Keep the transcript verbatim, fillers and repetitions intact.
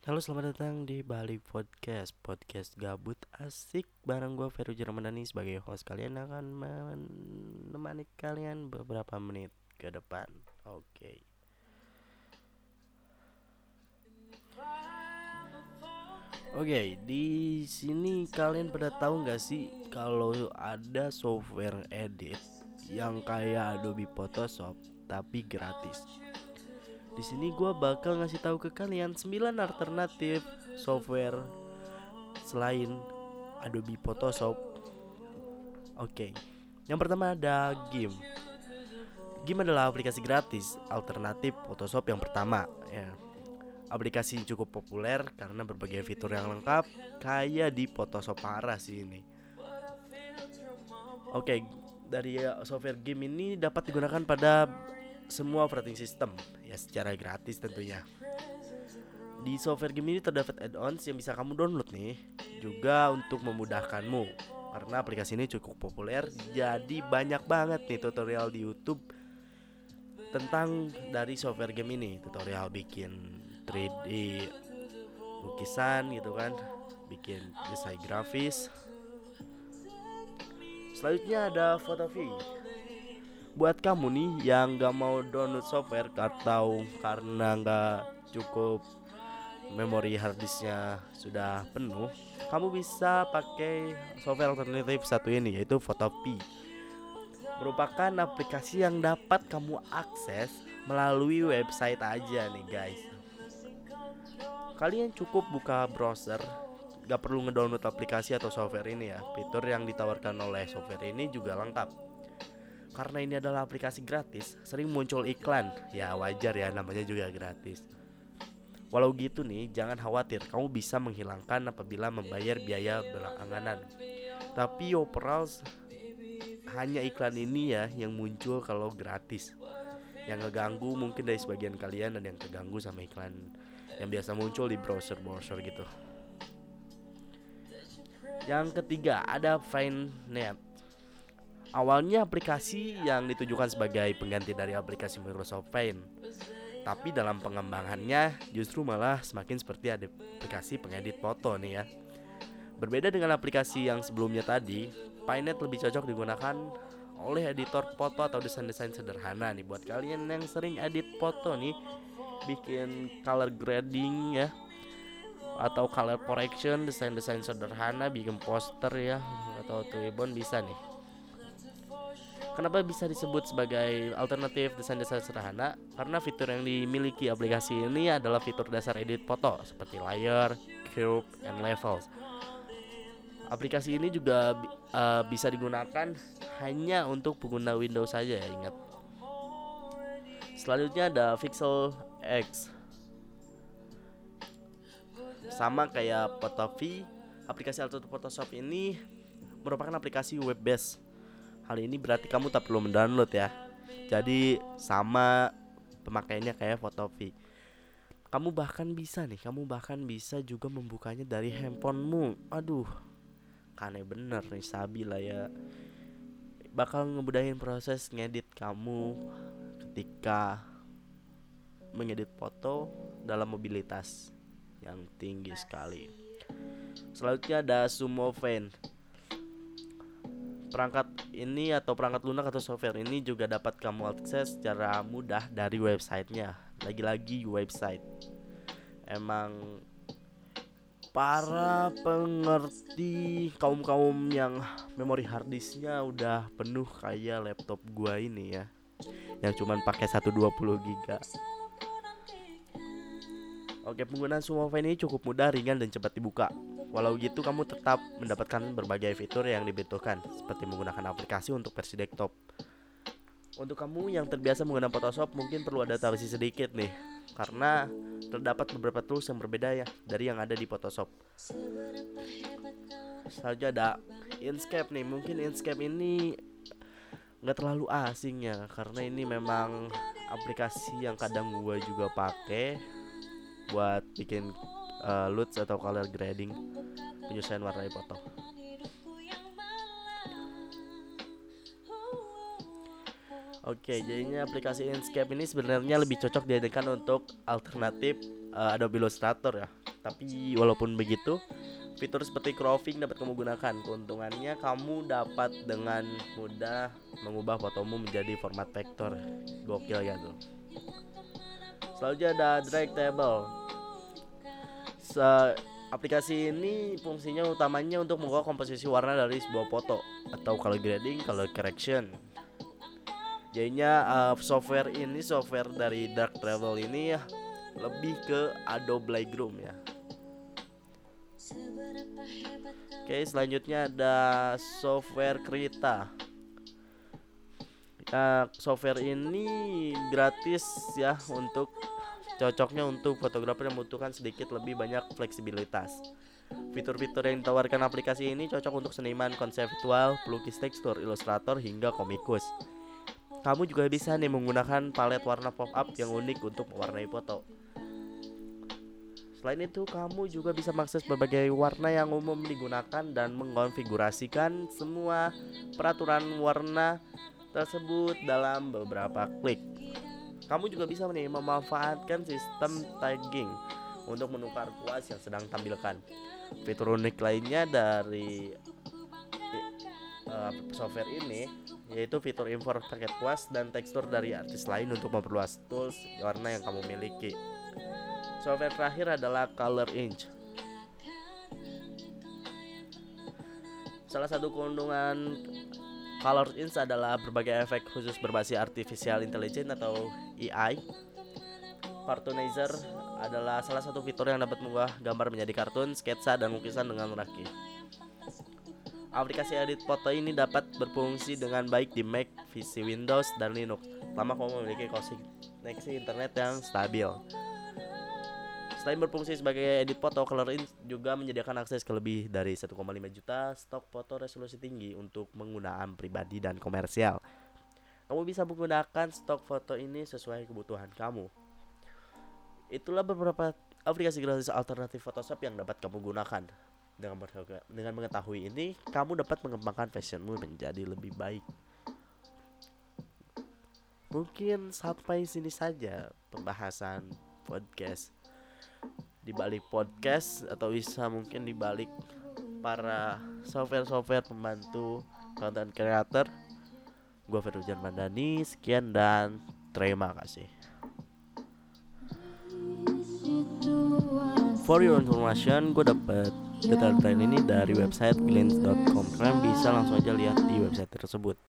Halo, selamat datang di Bali Podcast. Podcast gabut asik bareng gue Feruji Ramadhani sebagai host. Kalian akan menemani kalian beberapa menit ke depan. Oke. Oke, di sini kalian pada tahu nggak sih kalau ada software edit yang kayak Adobe Photoshop tapi gratis. Di sini gue bakal ngasih tahu ke kalian sembilan alternatif software selain Adobe Photoshop. Oke, yang pertama ada Gim. Gim adalah aplikasi gratis alternatif Photoshop yang pertama. Ya, aplikasi cukup populer karena berbagai fitur yang lengkap, kayak di Photoshop parah sih ini. Oke, dari uh, software Gim ini dapat digunakan pada semua operating system, ya secara gratis tentunya. Di software game ini terdapat add-ons yang bisa kamu download nih, juga untuk memudahkanmu. Karena aplikasi ini cukup populer, jadi banyak banget nih tutorial di YouTube tentang dari software game ini. Tutorial bikin tiga D lukisan gitu kan, bikin desain grafis. Selanjutnya ada Photopea. Buat kamu nih yang gak mau download software atau karena gak cukup memori harddisknya sudah penuh, kamu bisa pakai software alternatif satu ini, yaitu Photopea. Merupakan aplikasi yang dapat kamu akses melalui website aja nih guys. Kalian cukup buka browser, gak perlu ngedownload aplikasi atau software ini ya. Fitur yang ditawarkan oleh software ini juga lengkap. Karena ini adalah aplikasi gratis, sering muncul iklan. Ya wajar ya, namanya juga gratis. Walau gitu nih, jangan khawatir, kamu bisa menghilangkan apabila membayar biaya berlangganan. Tapi overall hanya iklan ini ya yang muncul kalau gratis. Yang ngeganggu mungkin dari sebagian kalian ada yang terganggu sama iklan yang biasa muncul di browser-browser gitu. Yang ketiga ada FineNet. Awalnya aplikasi yang ditujukan sebagai pengganti dari aplikasi Microsoft Paint, tapi dalam pengembangannya justru malah semakin seperti ada aplikasi pengedit foto nih ya. Berbeda dengan aplikasi yang sebelumnya tadi, PineNet lebih cocok digunakan oleh editor foto atau desain-desain sederhana nih. Buat kalian yang sering edit foto nih, bikin color grading ya, atau color correction, desain-desain sederhana, bikin poster ya, atau ribbon bisa nih. Kenapa bisa disebut sebagai alternatif desain-desain sederhana? Karena fitur yang dimiliki aplikasi ini adalah fitur dasar edit foto seperti layer, curve, and levels. Aplikasi ini juga uh, bisa digunakan hanya untuk pengguna Windows saja ya, ingat. Selanjutnya ada Pixel X. Sama kayak Photopea, aplikasi alternatif Photoshop ini merupakan aplikasi web based. Hal ini berarti kamu tak perlu mendownload ya. Jadi sama pemakaiannya kayak Photopea. Kamu bahkan bisa nih, kamu bahkan bisa juga membukanya dari handphonemu. Aduh, aneh bener nih, sabi lah ya. Bakal ngemudahin proses ngedit kamu ketika mengedit foto dalam mobilitas yang tinggi sekali. Selanjutnya ada Sumo Fan. Perangkat ini atau perangkat lunak atau software ini juga dapat kamu akses secara mudah dari websitenya. Lagi-lagi website. Emang para pengerti kaum-kaum yang memori harddisknya udah penuh kayak laptop gua ini ya, yang cuman pakai seratus dua puluh giga. Oke, penggunaan Sumo Fan ini cukup mudah, ringan, dan cepat dibuka. Walau gitu, kamu tetap mendapatkan berbagai fitur yang dibutuhkan, seperti menggunakan aplikasi untuk versi desktop. Untuk kamu yang terbiasa menggunakan Photoshop, mungkin perlu adaptasi sedikit nih, karena terdapat beberapa tools yang berbeda ya dari yang ada di Photoshop. Selanjutnya ada Inkscape nih. Mungkin Inkscape ini nggak terlalu asing ya, karena ini memang aplikasi yang kadang gua juga pakai buat bikin uh, L U T S atau color grading, penyusuan warna foto. Oke, jadinya aplikasi Inkscape ini sebenarnya lebih cocok dijadikan untuk alternatif uh, Adobe Illustrator ya. Tapi walaupun begitu, fitur seperti crowding dapat kamu gunakan. Keuntungannya, kamu dapat dengan mudah mengubah fotomu menjadi format vektor. Gokil ya tuh. Selanjutnya ada drag table. Se- aplikasi ini fungsinya utamanya untuk mengubah komposisi warna dari sebuah foto, atau color grading, color correction. Jadinya uh, software ini, software dari drag table ini ya, lebih ke Adobe Lightroom ya. Oke, selanjutnya ada software Krita. Nah, software ini gratis ya, untuk cocoknya untuk fotografer yang membutuhkan sedikit lebih banyak fleksibilitas. Fitur-fitur yang ditawarkan aplikasi ini cocok untuk seniman konseptual, pelukis tekstur, ilustrator, hingga komikus. Kamu juga bisa nih menggunakan palet warna pop-up yang unik untuk mewarnai foto. Selain itu, kamu juga bisa mengakses berbagai warna yang umum digunakan dan mengkonfigurasikan semua peraturan warna tersebut dalam beberapa klik. Kamu juga bisa nih memanfaatkan sistem tagging untuk menukar kuas yang sedang tampilkan. Fitur unik lainnya dari uh, software ini yaitu fitur import paket kuas dan tekstur dari artis lain untuk memperluas tools warna yang kamu miliki. Software terakhir adalah Color Inch. Salah satu keuntungan Color Inch adalah berbagai efek khusus berbasis artificial intelligence atau A I. Cartoonizer adalah salah satu fitur yang dapat mengubah gambar menjadi kartun, sketsa, dan lukisan dengan rakit. Aplikasi edit foto ini dapat berfungsi dengan baik di Mac, P C Windows, dan Linux selama kamu memiliki koneksi internet yang stabil. Selain berfungsi sebagai edit foto, Color Inch juga menyediakan akses ke lebih dari satu koma lima juta stok foto resolusi tinggi untuk penggunaan pribadi dan komersial. Kamu bisa menggunakan stok foto ini sesuai kebutuhan kamu. Itulah beberapa aplikasi gratis alternatif Photoshop yang dapat kamu gunakan. Dengan, dengan mengetahui ini, kamu dapat mengembangkan fashionmu menjadi lebih baik. Mungkin sampai sini saja pembahasan podcast. Di balik podcast atau bisa mungkin di balik para software-software pembantu content creator. Gue Ferrujan Mandani, sekian dan terima kasih. For your information, gue dapet detail-detail ini dari website glance dot com. Kalian bisa langsung aja lihat di website tersebut.